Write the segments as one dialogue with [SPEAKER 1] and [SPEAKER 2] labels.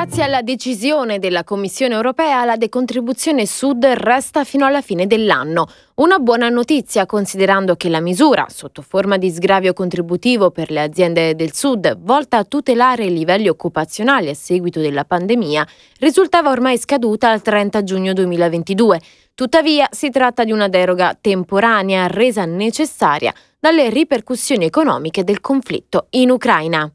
[SPEAKER 1] Grazie alla decisione della Commissione europea, la decontribuzione Sud resta fino alla fine dell'anno. Una buona notizia, considerando che la misura, sotto forma di sgravio contributivo per le aziende del Sud, volta a tutelare i livelli occupazionali a seguito della pandemia, risultava ormai scaduta al 30 giugno 2022. Tuttavia, si tratta di una deroga temporanea resa necessaria dalle ripercussioni economiche del conflitto in Ucraina.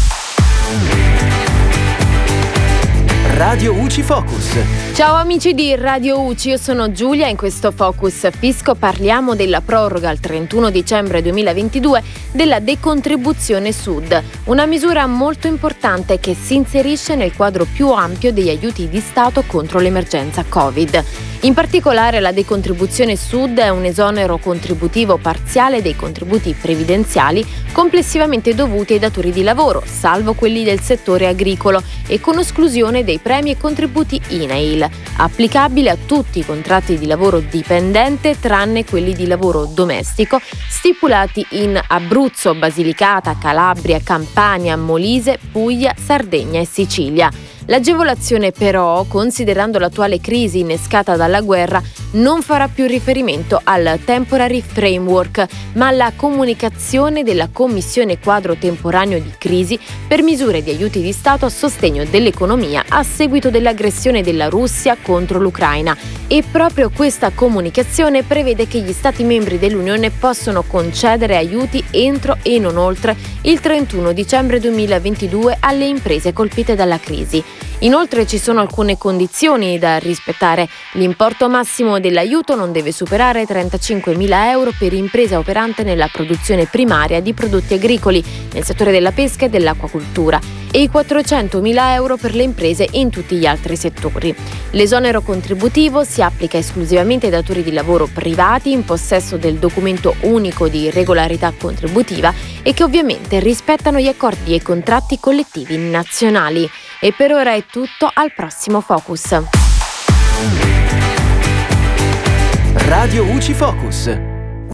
[SPEAKER 2] Radio UCI Focus.
[SPEAKER 1] Ciao amici di Radio UCI, io sono Giulia e in questo Focus Fisco parliamo della proroga al 31 dicembre 2022 della decontribuzione Sud, una misura molto importante che si inserisce nel quadro più ampio degli aiuti di Stato contro l'emergenza Covid. In particolare la decontribuzione Sud è un esonero contributivo parziale dei contributi previdenziali complessivamente dovuti ai datori di lavoro, salvo quelli del settore agricolo, e con esclusione dei premi e contributi INAIL, applicabile a tutti i contratti di lavoro dipendente tranne quelli di lavoro domestico stipulati in Abruzzo, Basilicata, Calabria, Campania, Molise, Puglia, Sardegna e Sicilia. L'agevolazione però, considerando l'attuale crisi innescata dalla guerra, non farà più riferimento al Temporary Framework, ma alla comunicazione della Commissione Quadro Temporaneo di Crisi per misure di aiuti di Stato a sostegno dell'economia a seguito dell'aggressione della Russia contro l'Ucraina. E proprio questa comunicazione prevede che gli Stati membri dell'Unione possono concedere aiuti entro e non oltre il 31 dicembre 2022 alle imprese colpite dalla crisi. Inoltre ci sono alcune condizioni da rispettare. L'importo massimo dell'aiuto non deve superare 35.000 euro per impresa operante nella produzione primaria di prodotti agricoli, nel settore della pesca e dell'acquacoltura, e i 400.000 euro per le imprese in tutti gli altri settori. L'esonero contributivo si applica esclusivamente ai datori di lavoro privati in possesso del documento unico di regolarità contributiva e che ovviamente rispettano gli accordi e contratti collettivi nazionali. E per ora è tutto, al prossimo Focus.
[SPEAKER 2] Radio UCI Focus.